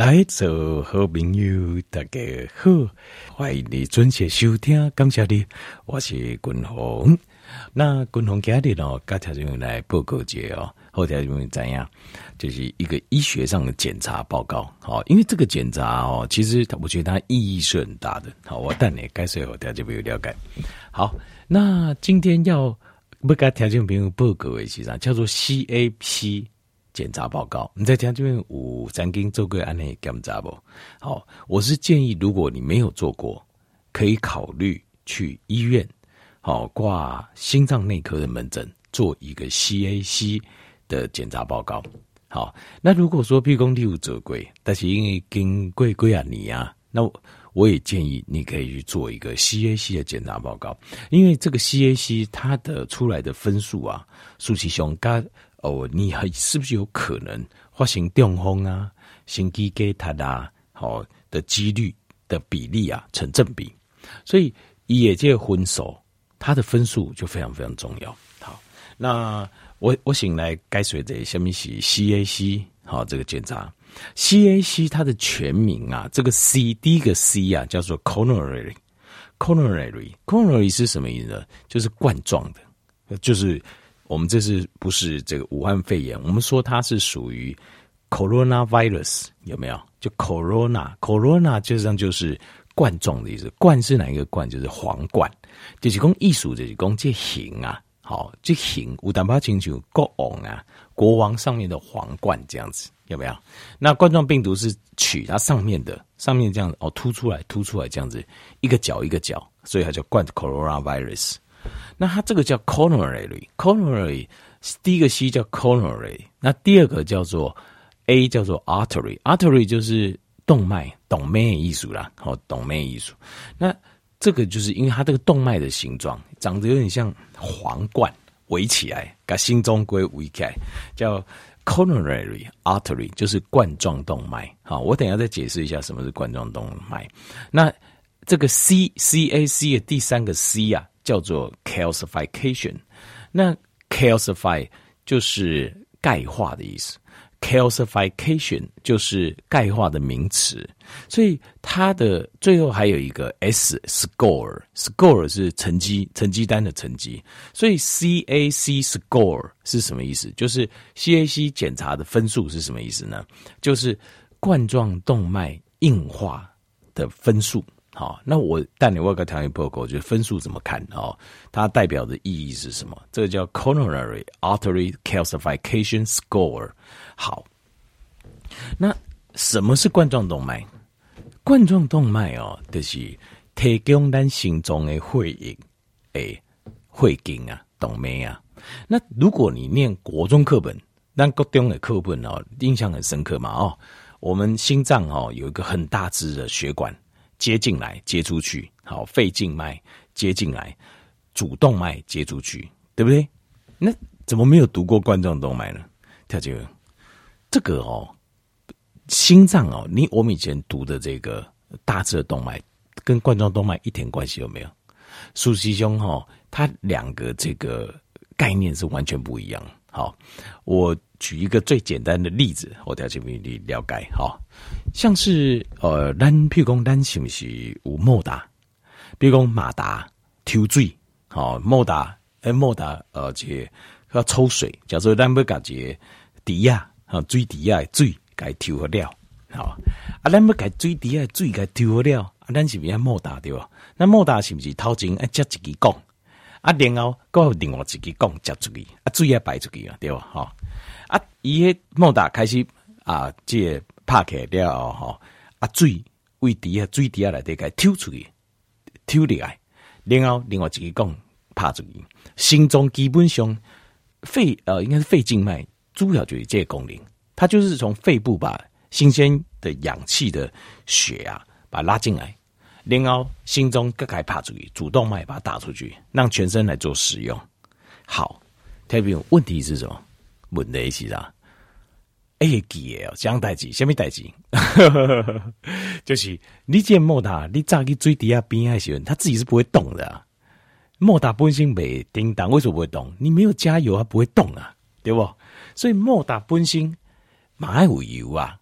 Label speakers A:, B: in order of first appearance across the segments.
A: 来做好朋友，大家好，欢迎你准时收听，感谢你，我是君鸿。那君鸿今日呢，跟听众朋友来报告一下哦，后听众朋友怎样？就是一个医学上的检查报告，好，因为这个检查哦，其实我觉得它意义是很大的，好，我等你该说后听众朋友了解。好，那今天要跟听众朋友报告的是啥？叫做 CAP。检查报告，你在听这边有曾经做过安内检查不？好，我是建议，如果你没有做过，可以考虑去医院，好挂心脏内科的门诊做一个 CAC 的检查报告。好，那如果说譬如说你有做过，但是因为经过几啊年啊，那我也建议你可以去做一个 CAC 的检查报告，因为这个 CAC 它的出来的分数啊，数值上跟你是不是有可能发生中风啊、心肌梗塞啊，好的几率的比例啊成正比，所以也这个分数，它的分数就非常非常重要。好，那我醒来该随着下面是 CAC 好这个检查 ，CAC 它的全名啊，这个 C 第一个 C 啊叫做 coronary 是什么意思呢？就是冠状的，就是。我们这是不是这个武汉肺炎？我们说它是属于 coronavirus， 有没有？就 corona 就实际上就是冠状的意思。冠是哪一个冠？就是皇冠。就是讲艺术，就是讲这形啊，好，这形有淡薄清楚国王啊，国王上面的皇冠这样子，有没有？那冠状病毒是取它上面这样哦凸出来这样子，一个角一个角，所以它叫冠 coronavirus。那它这个叫 coronary 第一个 C 叫 coronary， 那第二个叫做 A 叫做 artery 就是动脉的艺术啦，好，动脉艺术。那这个就是因为它这个动脉的形状长得有点像皇冠围起来，把心中归围起来，叫 coronary artery， 就是冠状动脉。好，我等一下再解释一下什么是冠状动脉。那这个 CAC 的第三个 C 啊。叫做 calcification， 那 calcify 就是钙化的意思 ，calcification 就是钙化的名词，所以它的最后还有一个 score 是成绩单的成绩，所以 CAC score 是什么意思？就是 CAC 检查的分数是什么意思呢？就是冠状动脉硬化的分数。好，那我带你问个条件报告，就是分数怎么看哦？它代表的意义是什么？这个叫 coronary artery calcification score。好，那什么是冠状动脉？冠状动脉哦，就是提供咱心脏的血经啊，动脉啊。那如果你念国中课本，咱国中的课本哦，印象很深刻嘛哦。我们心脏哦有一个很大支的血管。接进来，接出去，好，肺静脉接进来，主动脉接出去，对不对？那怎么没有读过冠状动脉呢？跳姐，这个哦，心脏哦，我们以前读的这个大致的动脉，跟冠状动脉一点关系都没有。苏西兄哦，它两个这个概念是完全不一样。好，我举一个最简单的例子，我条件给你了解。好，像是譬如讲咱是不是有莫达？比如讲马达抽水，好，莫达这个要抽水，假如咱要把这个池啊，水池啊水给抽好了，好，咱要把水池啊水给抽好了，咱是不是要莫达对吧？那莫达是不是头前接一支管？然后还有另外一支管接出去，水也排出去啊，对吧？哈，伊迄莫达开始这个拍起来了吼，水为水池内底给抽出去，抽入来，然后另外一支管拍出去。心中基本上应该是肺静脉，主要就是这个功能，它就是从肺部把新鲜的氧气的血啊，把它拉进来。然后心中各开爬出去，主动脉把它打出去，让全身来做使用。好，特别问题是什么？问题是啥？记的这样代志，什么代志？就是你这莫达，你炸去水底下边的时候，它自己是不会动的啊。莫达本身没叮当，为什么不会动？你没有加油，它不会动啊，对不？所以莫达本身马爱有油啊。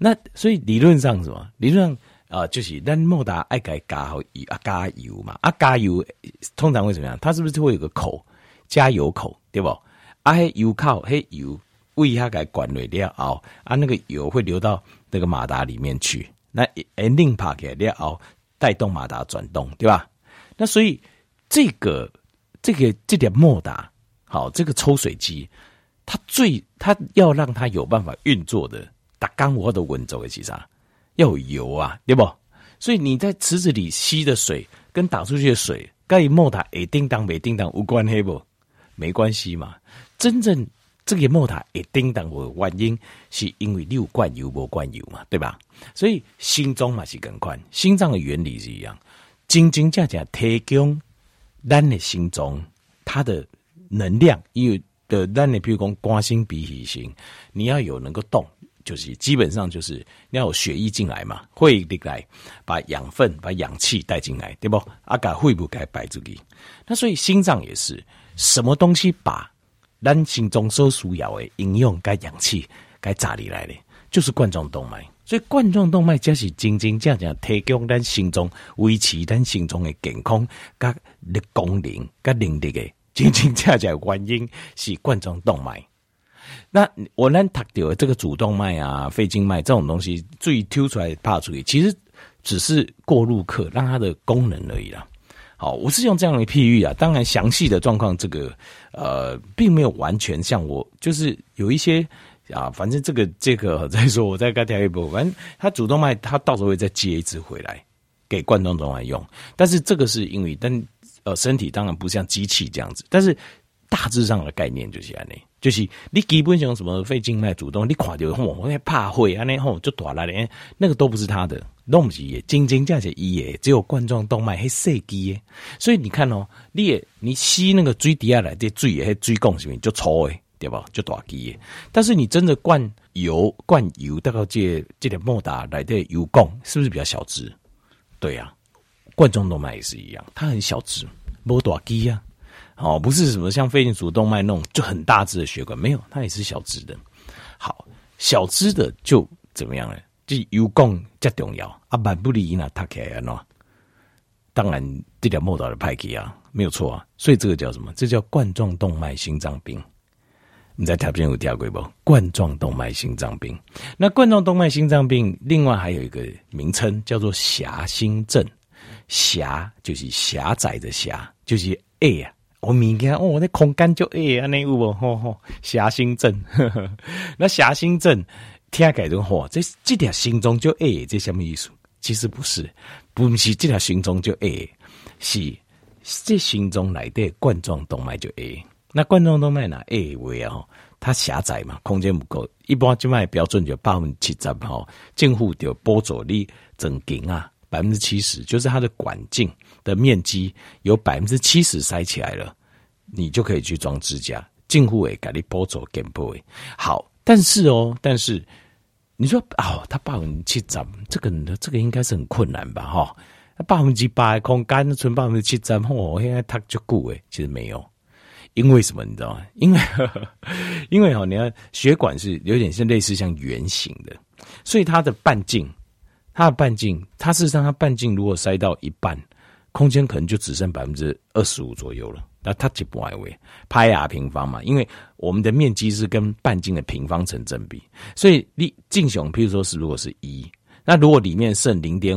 A: 那所以理论上什么？理论上就是咱莫达爱加加油嘛，加油通常会怎么样？它是不是会有个口加油口，对不？迄油口迄油为它给管累了后，那个油会流到那个马达里面去，那拧爬起来了后，带动马达转动，对吧？那所以这点莫达，好，这个抽水机，它要让它有办法运作的，打刚我的温轴的是啥？要有油啊，对不？所以你在池子里吸的水跟打出去的水，跟莫达叮当没叮当有关系不？没关系嘛。真正这个莫达叮当的原因，是因为你有灌油没灌油嘛，对吧？所以心脏嘛是更快，心脏的原理是一样，真正提供咱的心脏它的能量，因为的咱的譬如说肝心脾脾心，你要有能够动。就是基本上就是你要有血液进来嘛，会来把养分、把氧气带进来，对不？把肺部给摆出去。那所以心脏也是什么东西把咱心中所需要的营养跟氧气给炸里来的，就是冠状动脉。所以冠状动脉才是真正提供咱心中维持咱心中的健康、跟功能、跟能力的真正原因是冠状动脉。那我们读到这个主动脉啊、肺静脉这种东西，最挑出来怕出去，其实只是过路客，让它的功能而已啦。好，我是用这样的譬喻啊，当然详细的状况，这个并没有完全像我，就是有一些啊，反正这个再说，我再跟他调一波，反正它主动脉它到时候会再接一支回来给冠状动脉用，但是这个是因为身体当然不像机器这样子，但是大致上的概念就是这样。就是你基本上什么肺静脉主动，你看到我那怕会安尼吼就大了咧，那个都不是他的，都不是也真正是伊的，只有冠状动脉迄细支的。所以你看哦，你吸那个水底下来的水的，迄水管是不是就粗的，对吧？就大支的。但是你真的灌油大概这点莫达来的油管是不是比较小支？对啊，冠状动脉也是一样，它很小支，没大支啊。哦，不是什么像肺静主动脉那种就很大支的血管，没有，它也是小支的。好，小支的就怎么样呢？就油管较重要啊，万不离那它起来喏。当然，这条莫达的派去啊，没有错啊。所以这个叫什么？这叫冠状动脉心脏病。你在台边有听过不？冠状动脉心脏病。那冠状动脉心脏病，另外还有一个名称叫做狭心症。狭就是狭窄的狭，就是啊。我物件哦，那空间就安尼有无？狭心症，那狭心症听起来就这条心中就这什么意思？其实不是这条心中就是这心中来的冠状动脉就那冠状动脉哪位啊？它狭窄嘛，空间不够。一般这卖标准就70%哈，近乎就补助你整颈啊。70%就是它的管径的面积有70%塞起来了，你就可以去装支架，近乎给你补助减补。好，但是你说它70%，这个应该是很困难吧？哈，8%的空间存70%，现在它就够其实没有，因为什么你知道吗？因为你看血管是有点像类似像圆形的，所以它的半径，它事实上它半径如果塞到一半，空间可能就只剩25%左右了。那它就不爱为派 r 平方嘛，因为我们的面积是跟半径的平方成正比，所以你径雄，譬如说是如果是1，那如果里面剩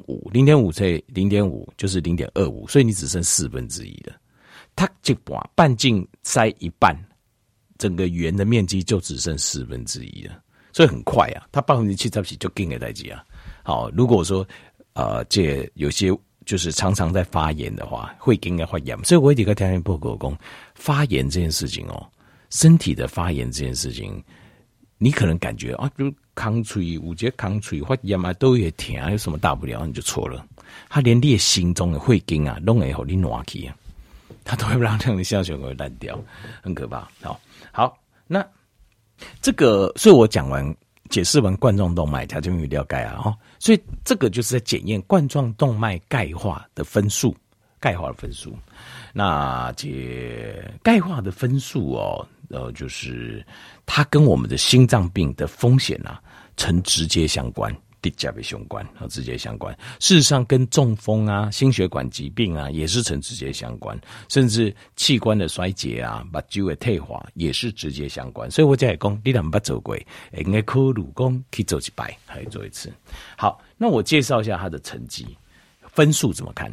A: 0.5 乘以 0.5 就是 0.25， 所以你只剩1/4的。它就把半径塞一半，整个圆的面积就只剩1/4了，所以很快啊，它70%就更给代志啊。好，如果说这有些就是常常在发炎的话，会更加发炎，所以我一直跟条件报告讲，发炎这件事情身体的发炎这件事情，你可能感觉比如空嘴，有些空嘴发炎啊，都会疼，有什么大不了？你就错了，它连你的心中的会经啊，都会让你暖起啊，它都会让你的小血管烂掉，很可怕。好，那这个，所以我解释完冠状动脉，它就有了解啊，所以这个就是在检验冠状动脉钙化的分数，那这钙化的分数就是它跟我们的心脏病的风险啊， 呈直接相关。直接相关，直接相关。事实上，跟中风啊、心血管疾病啊，也是呈直接相关，甚至器官的衰竭啊、目睭的退化也是直接相关。所以我才会讲，你若不做过，应该考虑讲去做一摆，还做一次。好，那我介绍一下他的成绩分数怎么看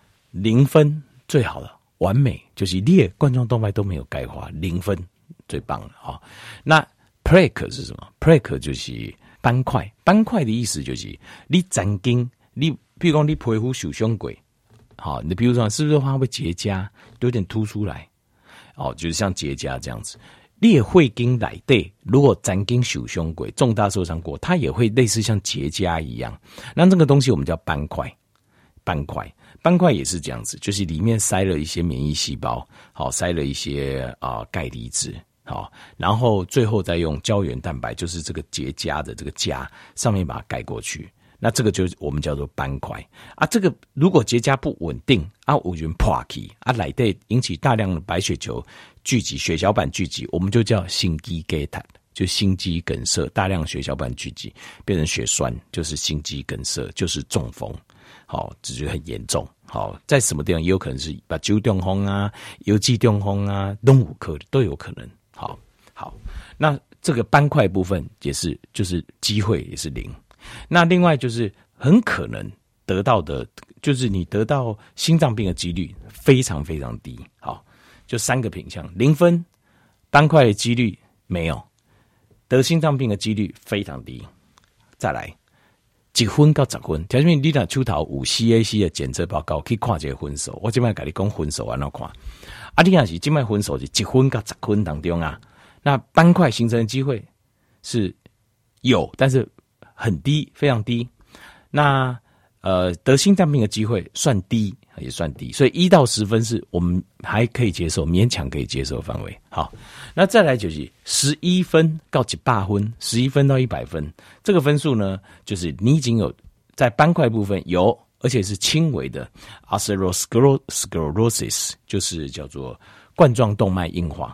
A: ？0分最好了，完美，就是你的冠状动脉都没有钙化，0分最棒了啊。那 plaque 是什么 ？plaque 就是斑块，斑块的意思就是你曾经，你比如说你皮肤受伤过，好，你比如说是不是它会结痂，有点凸出来，哦，就是像结痂这样子。你的血经内底如果曾经受伤过，重大受伤过，它也会类似像结痂一样。那这个东西我们叫斑块，斑块也是这样子，就是里面塞了一些免疫细胞，好，塞了一些钙离子。好，然后最后再用胶原蛋白，就是这个结痂的这个痂上面把它盖过去，那这个就是我们叫做斑块啊。这个如果结痂不稳定啊，有人破去啊，内底引起大量的白血球聚集、血小板聚集，我们就叫心肌梗塞，就心肌梗塞，大量血小板聚集变成血栓，就是心肌梗塞，就是中风。好，这就很严重。好，在什么地方也有可能是把酒中风啊、邮寄中风啊、动物科都有可能。好，那这个斑块部分也是，就是机会也是0。那另外就是很可能得到的，就是你得到心脏病的几率非常非常低。好，就3个品项：0分，斑块的几率没有，得心脏病的几率非常低。再来，1分到10分，条件你若手头有 CAC 的检测报告，去看这个分数。我现在跟你讲分数安怎看。啊，你若是现在分数是1分到10分当中啊，那斑块形成的机会是有，但是很低，非常低。那得心脏病的机会算低，也算低，所以1到10分是我们还可以接受，勉强可以接受的范围。好，那再来就是11分到100分，11分到100分，这个分数呢，就是你已经有在斑块部分有。而且是轻微的 atherosclerosis， 就是叫做冠状动脉硬化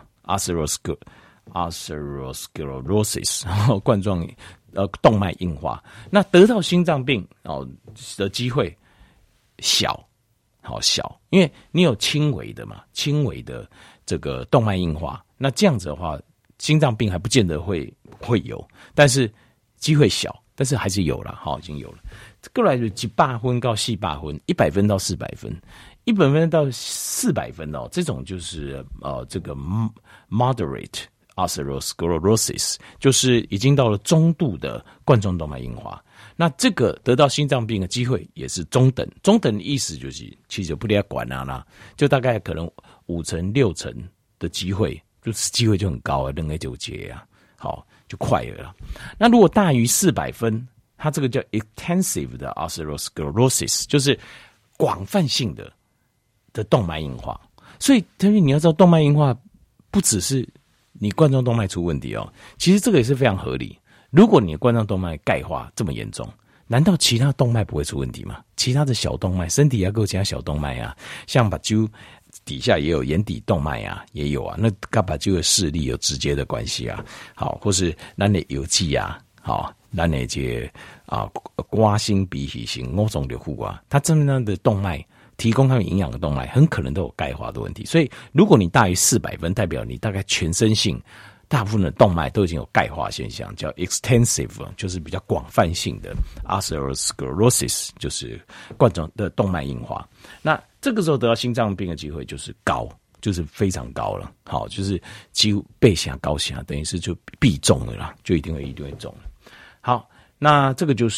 A: atherosclerosis 冠状动脉硬化。那得到心脏病的机会小，好小，因为你有轻微的嘛，轻微的这个动脉硬化，那这样子的话，心脏病还不见得会有，但是机会小，但是还是有了，好，已经有了。过来就100分到400分，100分到400分，100分到400分哦，这种就是这个 moderate atherosclerosis， 就是已经到了中度的冠状动脉硬化。那这个得到心脏病的机会也是中等，中等的意思就是其实就不得管啦，就大概可能5成6成的机会，就是机会就很高啊，2A 就结啊，好就快了啦。那如果大于400分。它这个叫 extensive 的 atherosclerosis， 就是广泛性的动脉硬化。所以你要知道，动脉硬化不只是你冠状动脉出问题哦，其实这个也是非常合理。如果你的冠状动脉钙化这么严重，难道其他动脉不会出问题吗？其他的小动脉，身体也有其他小动脉啊，像把揪底下也有眼底动脉啊，也有啊，那跟把揪的视力有直接的关系啊。好，或是咱的邮寄啊，好。咱的这瓜心鼻血型5种瘤户啊，它这样的动脉提供他们营养的动脉，很可能都有钙化的问题。所以，如果你大于400分，代表你大概全身性大部分的动脉都已经有钙化现象，叫 extensive， 就是比较广泛性的 atherosclerosis， 就是冠状的动脉硬化。那这个时候得到心脏病的机会就是高，就是非常高了。好，就是几乎倍下高下，等于是就必中了啦，就一定会中了。好，那这个就是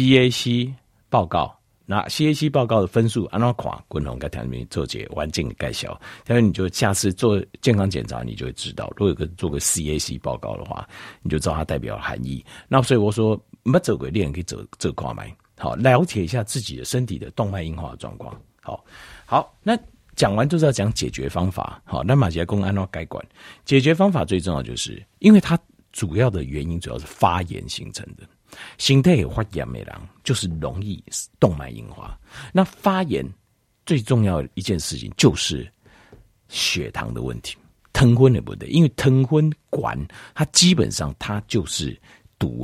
A: CAC 报告。那 CAC 报告的分数按照看，滚龙在台里面做些完整的介绍，但是你就下次做健康检查，你就会知道。如果做个 CAC 报告的话，你就知道它代表的含义。那所以我说，没走过练可以走看脉，好，了解一下自己的身体的动脉硬化的状况。好，那讲完就是要讲解决方法。好，那马杰公按照该管解决方法最重要就是因为它。主要的原因主要是发炎形成的，身体有发炎的人就是容易动脉硬化。那发炎最重要的一件事情就是血糖的问题，糖分的问题，因为糖分管它基本上它就是毒啊，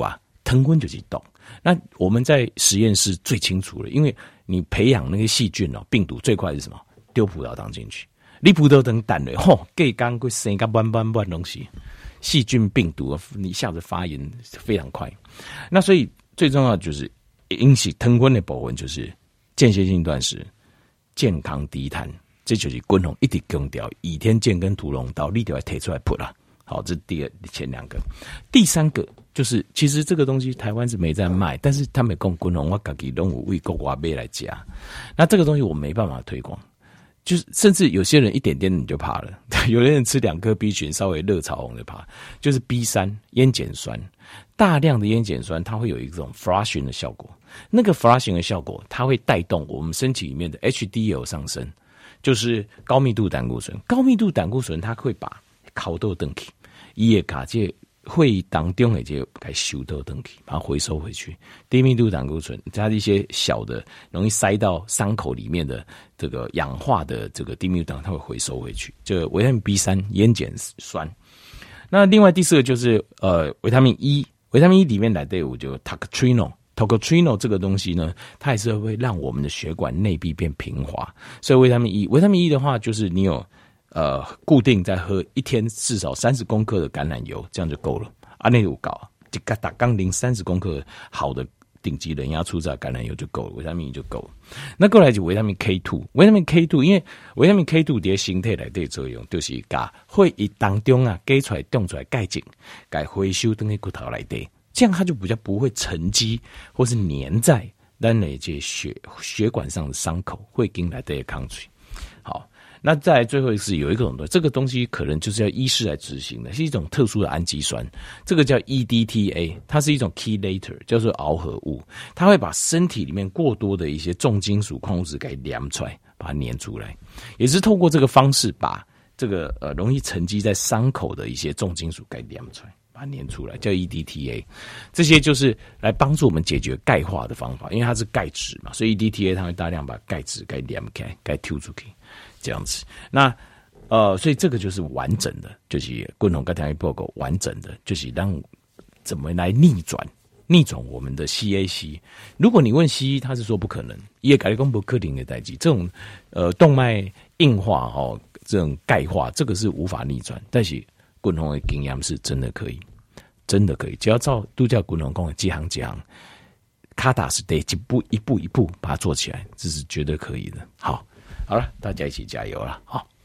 A: 藤昆就是毒。那我们在实验室最清楚了，因为你培养那个细菌病毒最快是什么？丢葡萄糖进去，你葡萄糖蛋了，隔刚会生个弯东西，细菌病毒你一下子发炎非常快。那所以最重要的就是引起藤昆的部分就是间歇性断食、健康低碳，这就是滚红一直强调倚天剑跟屠龙刀，你就要提出来扑啦。好，这是前2个。第3个就是，其实这个东西台湾是没在卖，但是他们讲滚红，我自己拢有为国外买来加。那这个东西我没办法推广，就是甚至有些人一点点你就怕了，有的人吃2颗 B 群稍微热潮红就怕，就是 B3 烟碱酸，大量的烟碱酸它会有一种 flushing 的效果，那个 flushing 的效果它会带动我们身体里面的 HDL 上升，就是高密度胆固醇。高密度胆固醇它会把烤豆登起，也把这会议当中的这该收豆登起，把它回收回去。低密度胆固醇，它一些小的容易塞到伤口里面的这个氧化的这个低密度胆，它会回收回去。这个维他命 B3 烟碱酸。那另外第4个就是维他命 E， 维他命 E 里面来的有就 Tocotrienol 这个东西呢，它也是会让我们的血管内壁变平滑。所以维他命 E 的话，就是你有固定在喝一天至少30公克的橄榄油，这样就够了。那有搞一个打杠铃30公克好的顶级人压出榨橄榄油就够了，维他命 E 就够了。那过来就维他命 K2， 维他命 K2， 因为维他命 K2 在身体内的作用就是把血液当中挤出来、冻出来钙质，该回收等于骨头来的，这样它就比较不会沉积或是粘在咱的这血管上的伤口，会跟来的抗拒。好。那再来最后一次有一个东西，这个东西可能就是要医师来执行的，是一种特殊的氨基酸，这个叫 EDTA， 它是一种 chelator， 叫做螯合物，它会把身体里面过多的一些重金属矿物质给粘出来，把它粘出来，也是透过这个方式把这个容易沉积在伤口的一些重金属给粘出来，把它粘出来，叫 EDTA。 这些就是来帮助我们解决钙化的方法，因为它是钙质嘛，所以 EDTA 它会大量把钙质给粘开，给抽出去这样子。那所以这个就是完整的，就是滚筒跟条报告完整的，就是让怎么来逆转我们的 CAC。 如果你问西医，他是说不可能，也改讲不可能的代志，这种动脉硬化这种钙化，这个是无法逆转，但是滚筒的经验是真的可以，真的可以，只要照都叫滚筒讲的几行卡打是得一步一步把它做起来，这是绝对可以的。好了，大家一起加油了，好。